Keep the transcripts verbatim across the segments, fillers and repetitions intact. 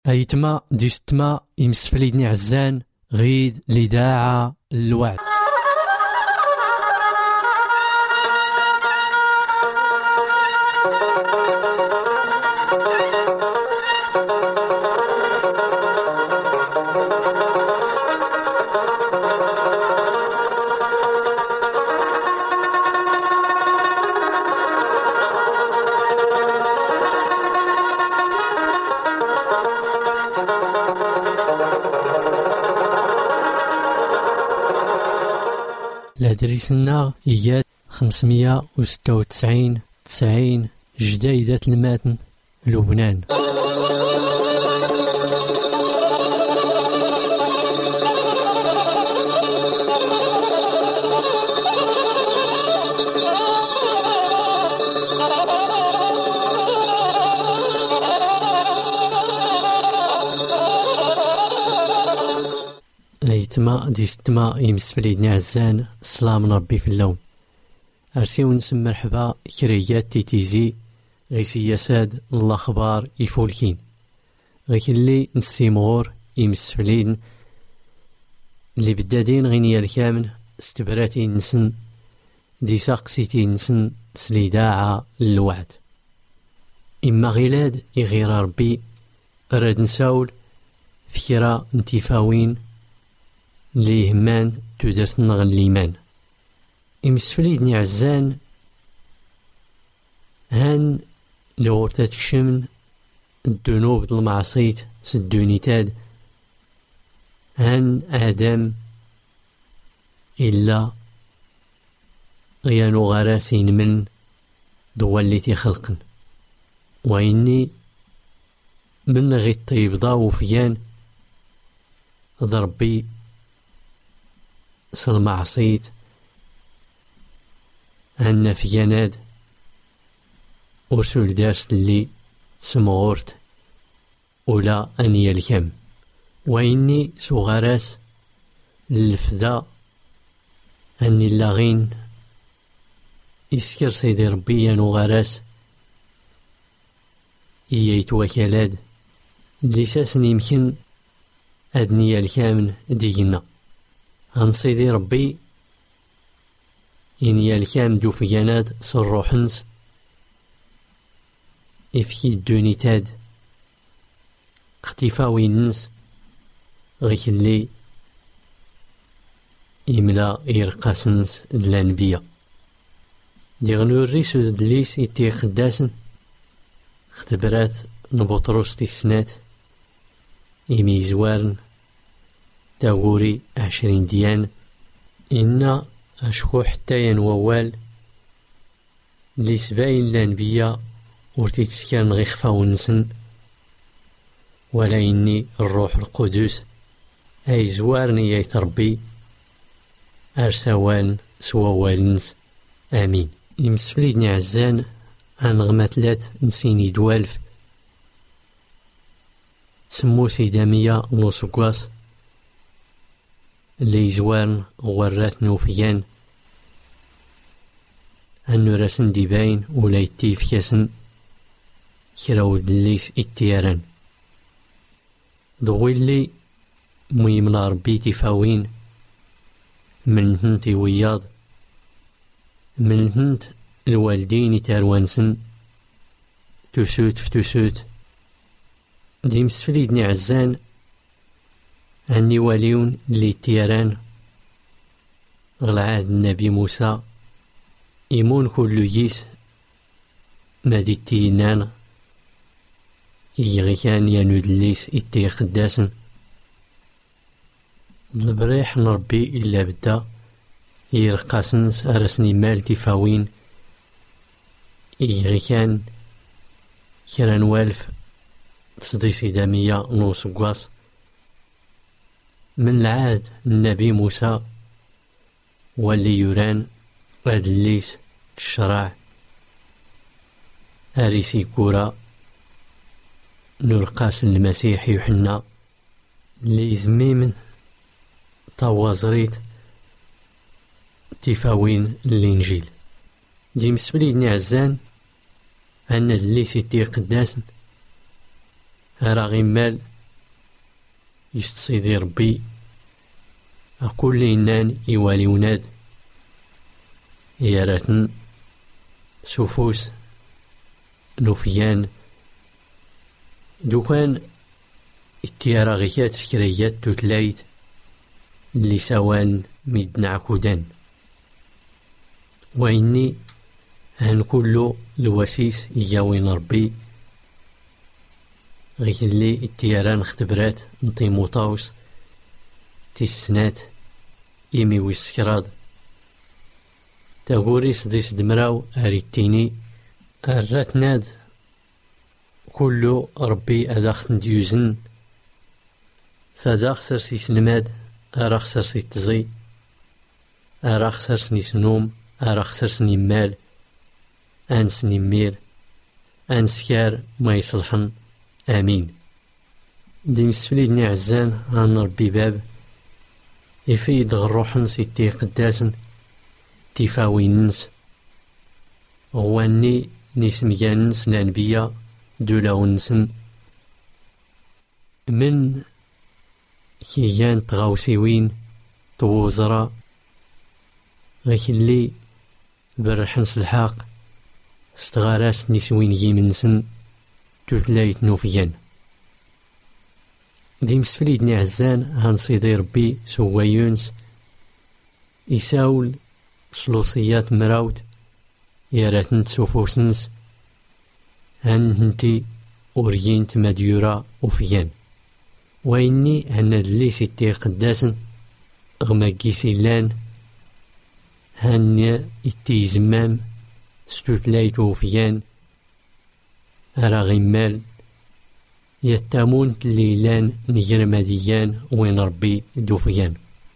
أيتما ديستما يمسفليدني عزان غيد لداعة الوعد. الهدريسنا إياد خمسمية وستة وتسعين تسعين جديدة الماتن لبنان. أيتما ديستما يمسفليدني عزان السلام ربي في اللون. أرسيو نسم مرحبا كريات تيتيزي غيسي يساد الله خبار يفولكين غيك اللي نسيمغور يمسفلين اللي بدادين غينيا الكامن استبراتي نسن دي ساقسيتي نسن سليداعة الوعد. إما غيلاد يغير ربي أراد نساول فكرة انتفاوين اللي يهمان تودرت نغل الإيمان. يمسفليدني عزان هان لغورتا تكشمن الذنوب د المعصيت سدوني تاد هان آدم إلا غيانو غراسين من دواليتي خلقن وإني من غي الطيب ضاو فيان ضربي سالمعصيت هن فياناد ورسول دارس اللي سمغورت ولا أني الكم وإني سوغراس للفدا أني اللاغين يسكر سيدي ربي يانو غراس إييت وكالاد لساسن يمكن أدني الكامن دينا عن سيدي ربي إني الكام دو فياناد صروحنس إفكي الدونيتاد اختفاوي النس غيك اللي إملا إرقاسنس الأنبياء ديغنو الريسو دليس إتي خداسن اختبرات نبطروس تيسنات إمي زوارن تاغوري عشرين ديان إنا أشكو حتى ينووال اللي سباين الأنبياء ورتيتسكان غي خفاو نسن ولا إني الروح القدس أي زوارني يا تربي أرسوان سووالنس آمين. يمسفليدني عزان عن غماتلات نسيني دوالف تسمو سيدامية نوسوكواس اللي زوارن غورات نوفيان أنو راسن ديباين ولا يتيف كاسن كراو دليس اتياران ضوي اللي ميمنا ربي تفاوين من هنت وياض من هنت الوالدين تاروانسن تسوت فتسوت دي مسفليدني عزان أني واليون اللي تيران غلعاد النبي موسى إيمون كل ييس مادي تينان يغي كان ينود الليس إتي خداسن البريح نربي إلا بدا يرقاسنس أرسني مال تفاوين يغي كان كران والف تصدي سيدامية نوس قواس من العاد النبي موسى واللي يوران هاد الليس الشرع أريسي كورا نرقاس المسيح يوحنا اللي زميمن طوازريت تفاوين الإنجيل دي مسفليدني عزان أن اللي سيتي قداسن راه غمال يستصيدي ربي أكل إنان يوالي وناد ياراتن سفوس نوفيان دوكان التيارة غيات سكريات توتلايت اللي سوان ميدنا عكودان وإني هن كله الوسيس يجاوين ربي غير اللي التياران اختبرات نطيمو طاوس تيسنات إيمي ويسكراد تاغوري سديس دمراو أريتيني أرات ناد كله ربي أداخت نديوزن فدا خسر سي سنماد أرا خسر سي تزي أرا خسر سني سنوم أرا خسر سني مال أنس نمير أنسكار ما يصلحن آمين. دي مسفليدني عزان عن ربي باب يفيد غروحن سيتي قداسن تيفاويننس غواني نسميانس الأنبياء دولاونسن من كيان تغاوسيوين توزرا غيكلي برحنس الحاق استغاراس نسوين يمنسن تثلايت نوفيان. دي مسفليدني عزان هان صيدي ربي سوايونس يساول سلوصيات مراود ياراتن تسوفوسنس هان هنتي أوريين تماديورا وفيان وإني هن اللي ستي قداسن غماكي سيلان هن إتي زمام ستوتلايت وفيان أرا غمال يتامون الليلان نجرماديان وين ربي دوفيان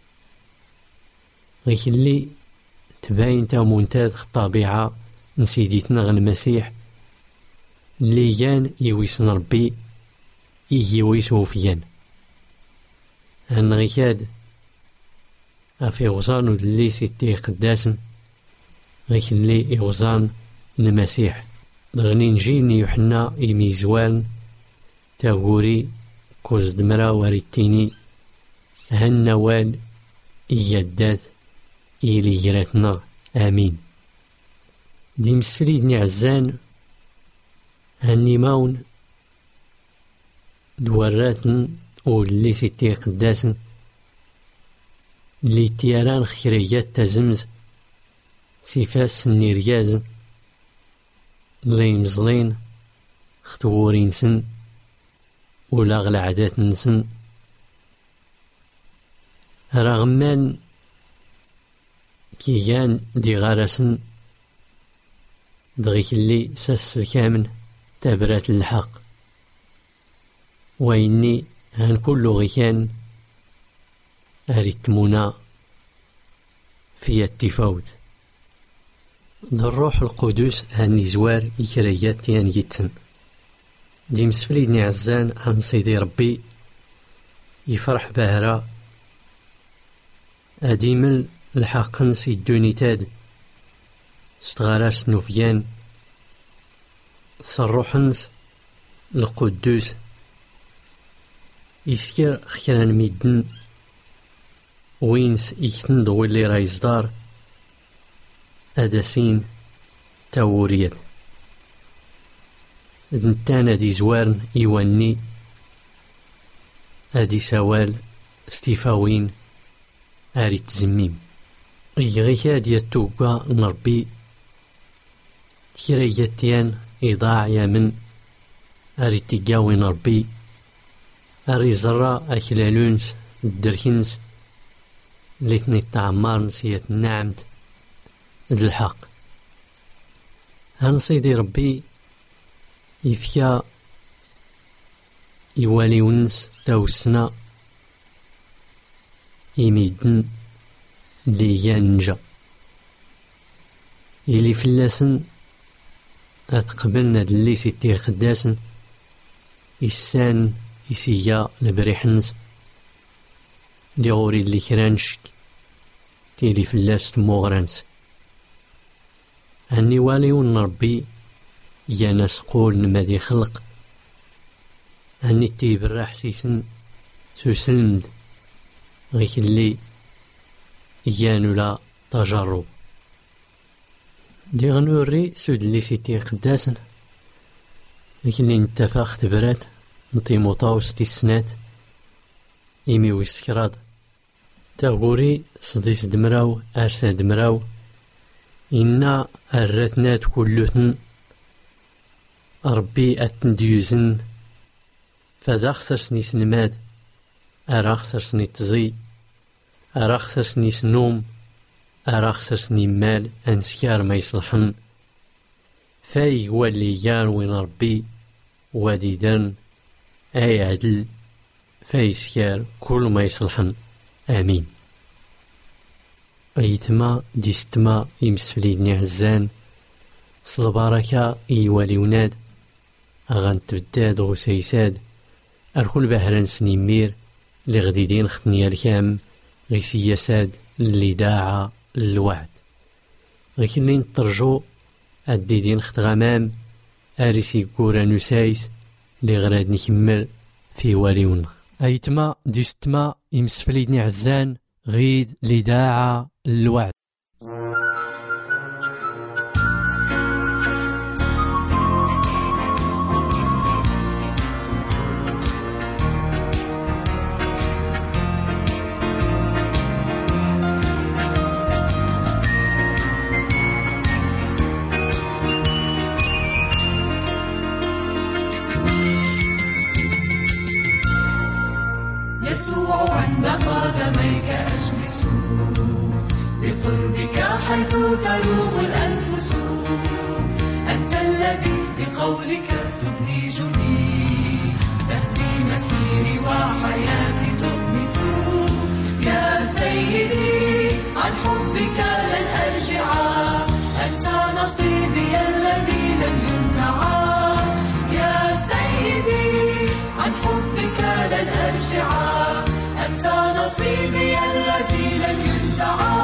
غيك اللي تباين تامونتاد الطبيعة نسيديتنا غن المسيح اللي يان يويسن ربي يجيويس وفيان هن غيكاد أفي غزان اللي ستي قداسن غيك اللي يغزان المسيح دغني نجيني يوحنا يميزوان تاغوري كوز دمرا وريتيني هالنوال إيادات إلي جراتنا آمين. دي مسفريدني عزان هاني ماون دواراتن واللي ستي قداسن اللي تياران خيريات تزمز سيفاس النيريازن اللي مزلين ختورين سن ولا غلا عادات نسن رغمان كيان دي غارسن دغيك اللي ساس الكامن تابرات الحق وإني هان كل غيكان أريتمونا في التفاوت ذا الروح القدس هاني زوار إكريات تيان جيتسن دي مسفليدني عزان عن سيدي ربي يفرح باهرا أديمل الحقن سيدوني تاد استغاراس نوفيان صروحنس القدوس يسكر خيران ميدن وينس يكتن دويلي رايزدار أداسين تاوريات دنتانا دي زوارن يواني أدي سوال ستيفاوين أري تزميم يغيكا دي التوبة نربي كرياتيان إضاع يمن أري تقاوي نربي أري زرا أكلالونس الدركنس ليتني التعمار نسيت نعمت الحق هان سيدي ربي يفيا يوالي ونس تاوسنا يميدن لي ينجا يلي فلاسن أتقبلنا دلي سيتي قداسن إسان إسيا البريحنز لي غوري اللي كرانشك تيلي فلاس تموغرانس هني واليون ربي يا ناس قول نمادي خلق هني تيب الراح سيسن سوسلمد غيك اللي يانو لا تجرب دي غنوري سود اللي سيتي قداسن غيك اللي نتفا اختبرات نطيموطاوس تي السنات إيمي ويسكراد تاغوري صديس دمراو أرسا دمراو إنا الراتنات كلوثن ربي أتنديوزن فذا خسر سني سنماد أرا خسر سني تزي أرا خسر سني سنوم أرا خسر سني مال أنسكار ما يصلحن فاي هو اللي يان وين ربي وادي درن أي عدل فاي سكار كل ما يصلحن آمين. أيتما ديستما يمسفليدني عزان صلباركا إيوالي وناد أغان تبداد غسيساد أركل بهران سنيمير لغديدين ختنيا الكام غي سياساد اللي داعا الوعد غيكلين ترجو أديدين خت غمام أريسي كورا نسايس لغراد نكمل في واليون. أيتما ديستما يمسفليدني عزان غيد لداعا الوعد. يسوع عند قدميك أجلس بقربك حيث تروم الأنفس أنت الذي بقولك تبهجني تهدي مسيري وحياتي تؤنس يا سيدي عن حبك لن أرجع أنت نصيبي الذي لن ينزع يا سيدي عن حبك لن أرجع أنت نصيبي الذي لن ينزع.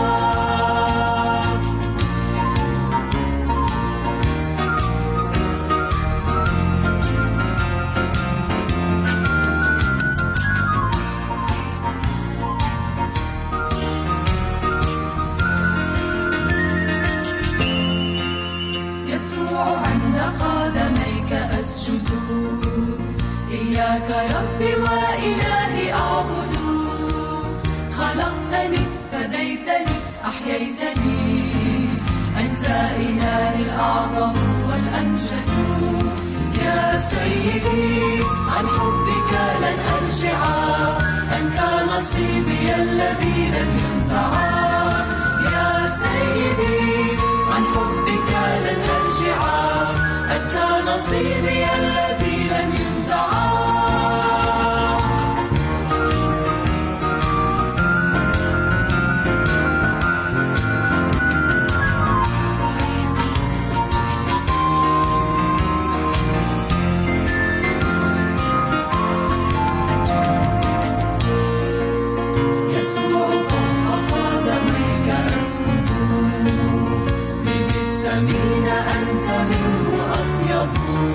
يسوع عند قدميك أسجد إياك ربي وإلهي أعبد خلقتني فديتني أحييتني أنت إلهي الأعظم والأمجد يا سيدي عن حبك لن أرجع أنت نصيبي الذي لن ينزع يا سيدي عن حبك لن أرجع أنت نصيبي الذي لن ينزع. يسوع فوق قدميك أسكت في بالثمين أنت منه أطيب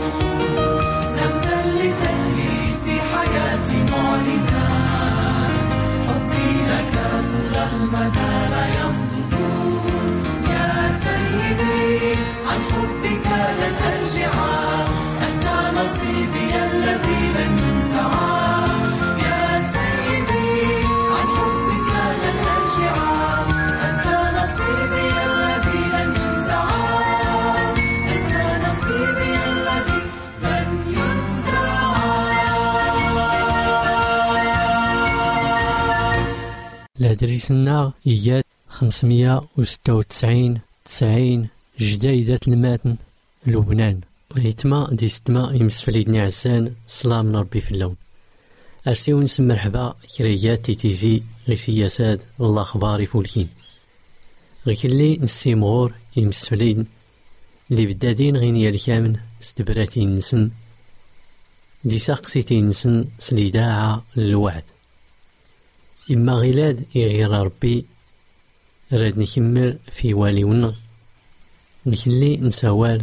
رمزا لتكريس حياتي معلنا حبي لك طول المدى لا ينضب يا سيدي عن حبك لن أرجع أنت نصيبي الذي لن ينزع يا سيدي عن حبك لن أرجع أنت نصيبي الذي لن ينزع أنت نصيبي الذي لن ينزع. لادريسنا إياد خمسمية وستة وتسعين تسعين جديدة الماتن لبنان. ويتما ديستما يمسفليدني عزان سلام ربي في اللون أرسيو نسم مرحبا كريات تيتيزي غي سياسات الله خباري فولكين غي كلي نسيمغور يمسفليدن اللي بدادين غينيا الكامن استبراتي نسن دي ساقسيتي نسن سليداعة الوعد إما غيلاد يغير ربي راد نكمل في والي ون نكلي نسوال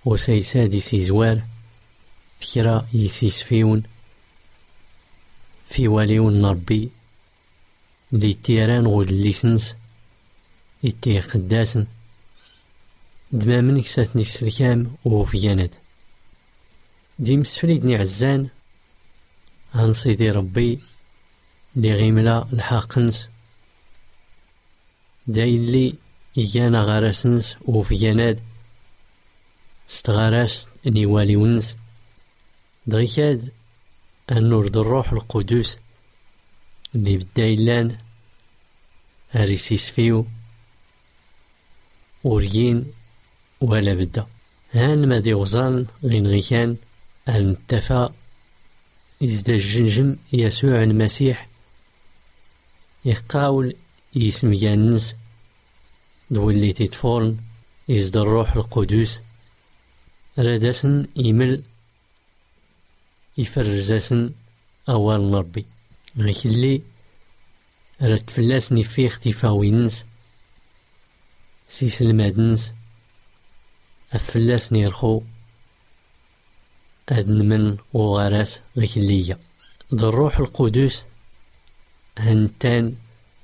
وسيساد يسيزوال فكرة يسيسفيون في واليون ربي لي تيران غود الليسنس إتي قداسن دما من كساتني السلكام وفيانات دي مسفليدني عزان عن صيدي ربي لي غيملا الحاقنس داين لي إيانا غارسنس وفيانات استغارست نيوالي ونس دغيكاد النور د الروح القدس اللي بدايلان هاريسيس فيو وريين ولا بدا هان ما دي غزان غين غيكان المتفا إزدا الجنجم يسوع المسيح يقاول يسم يانس دولي تيتفورن إزدا الروح القدس رادسن يمل يفرزاسن أوال ربي غيك اللي راد فلاسني في اختفاوينس سيس المادنس أفلاسني رخو أدن من وغراس غيك اللي ذا الروح القدس هنتان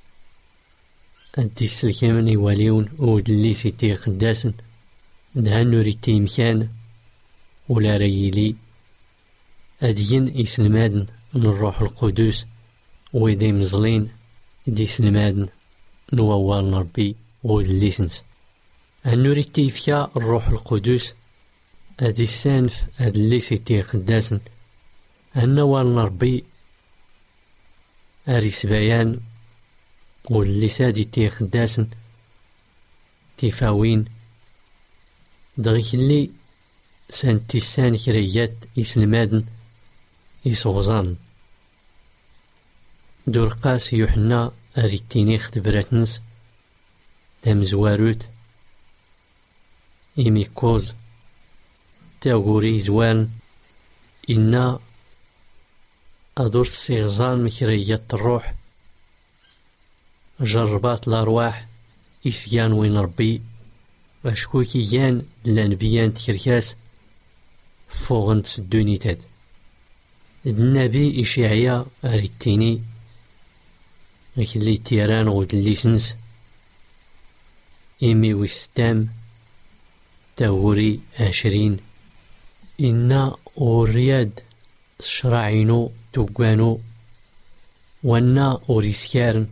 أدي السلكامن يواليون ودلي سيتي قداسن دهان نوريتي مكان ولا ريلي أدين يسلمادن من الروح القدس ويدي مزلين دي سلمادن نووال ربي ودليسنس هنوريتي فيا الروح القدس أدي السانف أدلي سيتي قداسن هنوال ربي أريس بيان واللي سادي تي قداسن تيفاوين دغيك اللي سانتي السان كريات يسلمادن يصغزان دورقاس يوحنا أريتيني اختبراتنس دام زواروت إيميكوز تاغوري زوان إنا أدور الصغزان مكريات الروح جربات الأرواح إسيان وين ربي أشكوكيان لانبيان تكركاس فوغن تسدوني تاد النبي إشعيا أريتيني غيك اللي تيران غود الليسنس إيمي وستام تاوري عشرين إنا أورياد شراعينو توقانو وانا أوريسكارن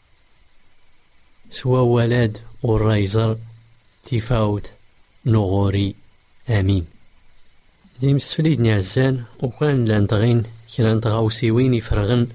سوا ولاد والرايزر تفاوت نغوري آمين دي مسفليدني عزان وكان لانتغين كان تغاوسيوين يفرغن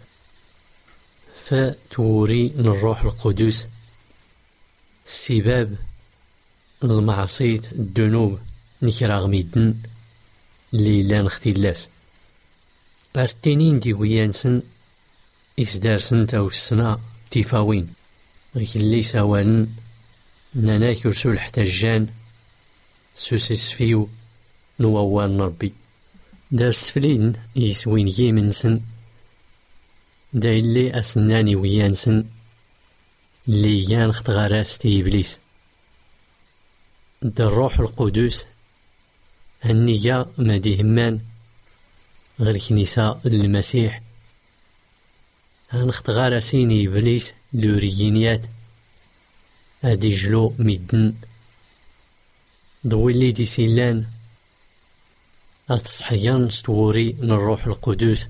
فتوري الروح القدس السباب المعصية الذنوب نكراغ ميدن اللي لان اختلاس ارتينين دي ويانسن إسدارسن تاو السنا تفاوين غيك اللي سوان ناناك رسول حتجان سوسس فيو نووان ربي دار سفلين يسوين يمنسن دا اللي أسناني ويانسن اللي يان اختغاراس تي إبليس دا الروح القدس هنيا مادي همان غير كنيسة المسيح هان اختغاراسيني إبليس لوريينيات هادي جلو ميدن ضويلي دي سيلان أتصحيان ستوري نروح القدس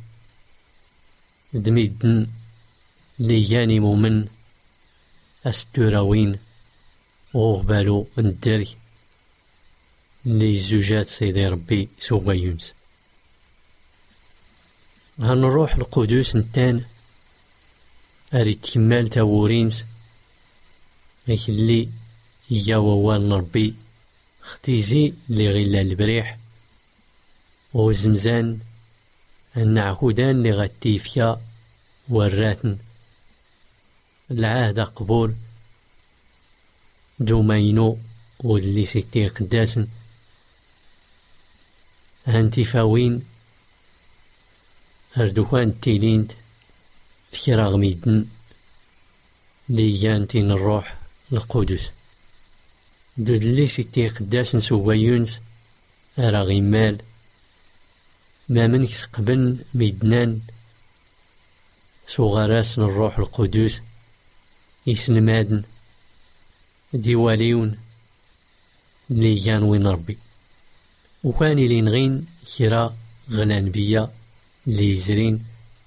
دميدن لياني مؤمن أستوراوين وغبالو ندري لي زوجات سيدي ربي سوغا يونس هنروح القدس نتان أريد كمال تاورينس غيك اللي إيا ووال ربي اختيزي لي غيلا البريح وزمزان النعهودان لي غتيفيا وراتن العهد قبول دومينو واللي سيتي قداسن هانتيفاوين هردوكان تيلينت فكرا غميدن ليانتين الروح القدس دود اللي سيتي قداسن سوبايونس أرا غيمال ما منكس قبل ميدنان سوغراس الروح القدس يسلمادن ديواليون اللي كان وين ربي وكان اللي نغين كرا غلان بيا اللي يزرين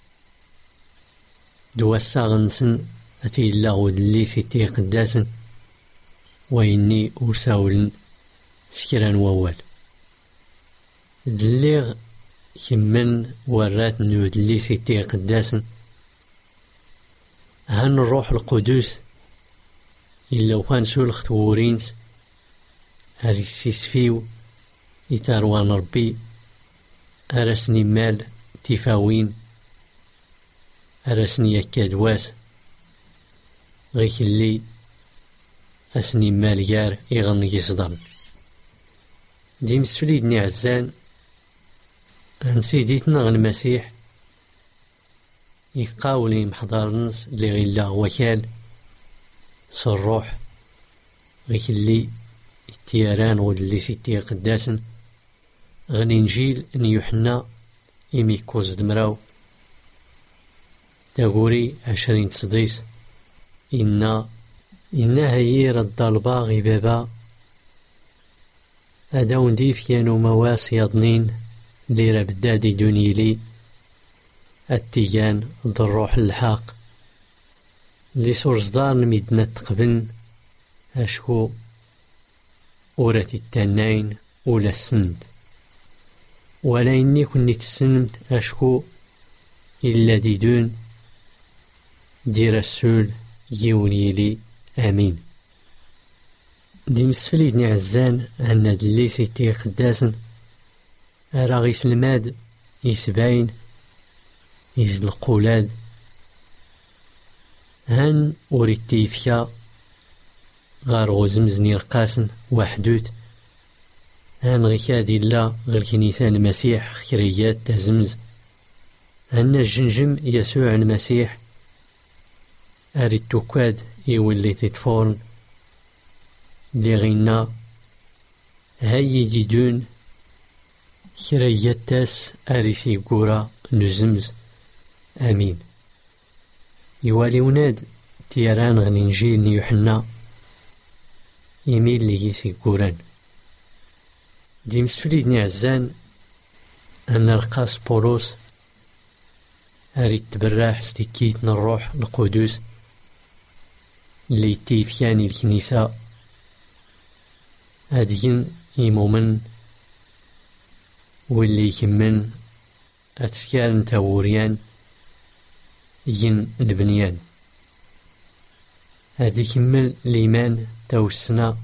دواسا غنسن أتي الله ودلي سيتي قداسن وإني أساولن سكران ووال دليغ كمن ورات نود اللي سيتي قداسن هن الروح القدس إلا وكان سول ختورينس هرسيس فيو يتاروان ربي أرسني مال تفاوين أرسني يكادواس غيك اللي أسني مال يار يغني يصدر دي مسفليدني عزان عن سيديتنا غن المسيح يقاولي محضرنس اللي غيلا وكال صروح غيك اللي التياران ودلي سيتي قداسن غني نجيل ان يوحنا يميكوز دمراو تاغوري عشرين تصديس إنا إنا هي رد الباغي بابا أداون ديف كانوا مواس يضنين ليرا بدادي دونيلي التيجان ضد الروح الحاق اللي سورزدار ميدنا تقبن أشكو أورتي التنين ولا السند ولا إني كنت تسنمت أشكو إلا ديدون دي رسول يونيلي آمين دي مسفليدني عزان أن دلي سيتي قداسن أراغي سلماد يسباين يزد القولاد هان أوريتي فيا غار غزمزني رقاسن وحدوت هان غيكادي الله غير كنيسان المسيح خيريات تهزمز هان الجنجم يسوع المسيح أريد توكاد يولي تتفورن اللي غينا هاي جدون خيريات تاس أريسي قورا نزمز آمين يوالي وناد تيران غني نجيل نيوحنا يميل لي يسي قوران دي مسفليدني عزان أن رقاس بولوس أريد تبراح ستيكيتنا الروح القدس اللي تيفياني الكنيسة هادين يمومن واللي يكمن أتسكال تاوريان ين البنيان هادي كمل الإيمان تاوسنا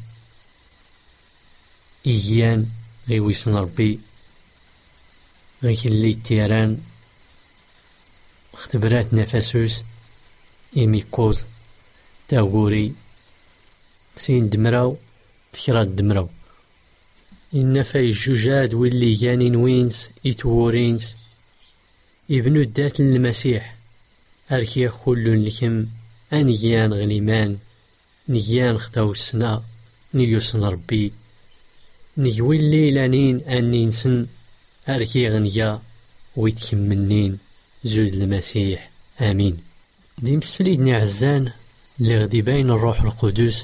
إيان غيويسن ربي غيك اللي تيران اختبرات نفسوس إيميكوز تاغوري سين دمراو تكرات دمراو إن فاي الجوجاد واللي جانين وينس إتورينس يبنو الدات للمسيح أركي كل لكم أنيان غليمان نيان ختاو السنا نيوسن ربي نيولي لانين أني نسن أركي غنيا ويتكمنين زود المسيح آمين دي مسفليدني عزان اللي غدي باين الروح القدس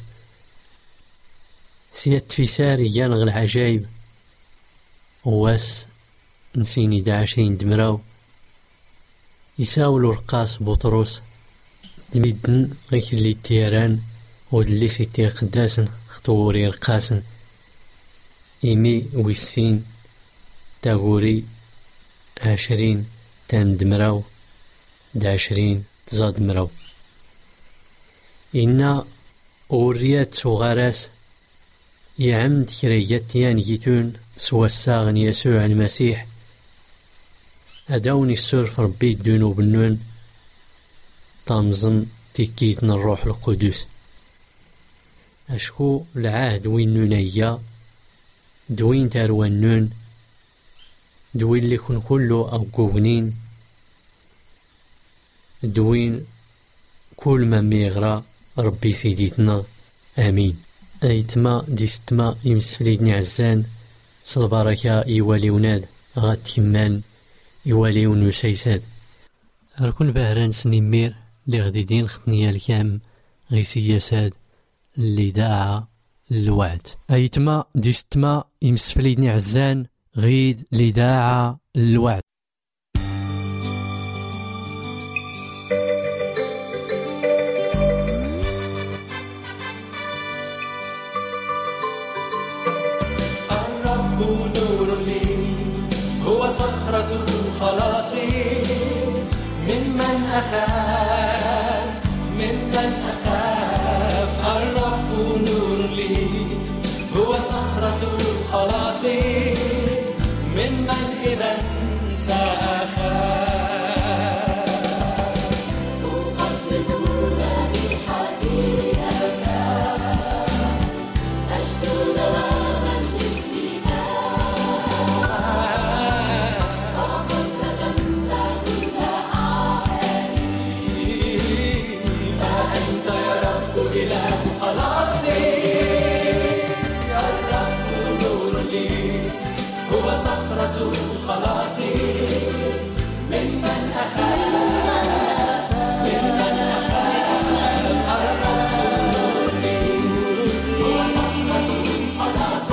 سيات في ساري يانغ العجايب واس نسيني دا عشرين دمراو يساولو رقاص بطرس دميدن غيك اللي تيران ودلي سيتي قداسن خطوري رقاسن إيمي ويسين تاغوري عشرين تام دمراو دا عشرين تزاد مراو إنا أوريات صغاراس يعمد كريات يانيتون سوى الساغن يسوع المسيح أداوني السرف ربي الدون بالنون طامزم تكيتنا الروح القدس أشكو العهد وين نونيا دوين تاروان نون دوين اللي كن كله أو قوغنين دوين كل ما ميغرا ربي سيديتنا آمين أيتما ديستما يمسفليدني عزان صلباركا يوالي وناد غات كمان يوالي ونسيساد ركون بهران سنيمير اللي غديدين ختنيا الكام غي سياسات اللي داعا الوعد ايتما ديستما يمسفليدني عزان غيد اللي داعا الوعد. الرب نور لي هو صخرة الخلاص ممن أخاف ممن أخاف. الرب نور لي هو صخرة الخلاص ممن إذا سأخاف. أقدم ذبيحتي لك أشكو دواما باسمك فقد هزمت كل أعدائي فأنت يا رب إله خلاصي. الرب نور لي هو صخرة الخلاص ممن أخاف ممن أخاف. الرب نور لي هو صخرة الخلاص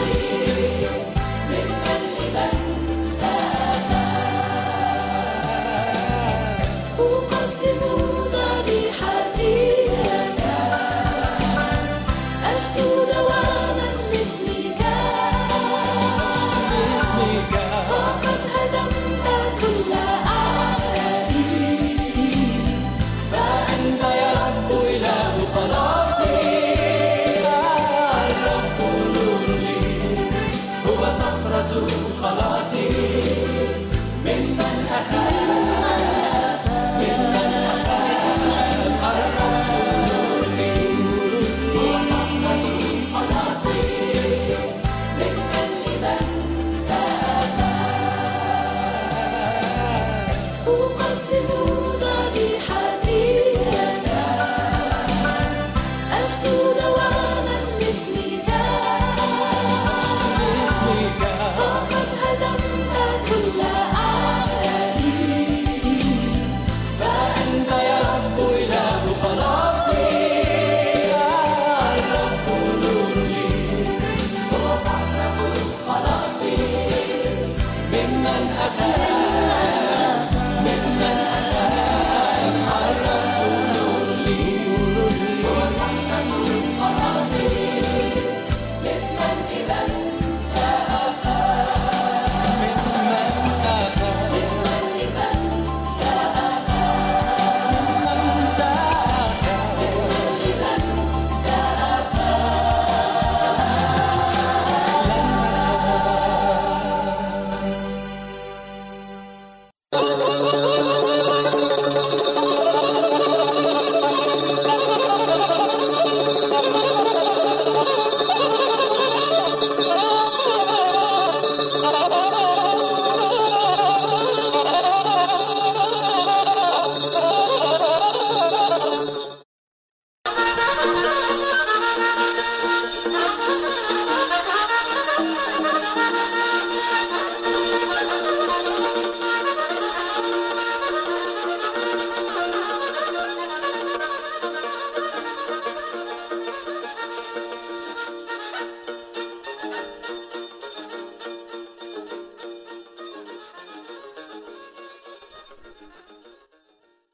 ممن إذا سأخاف.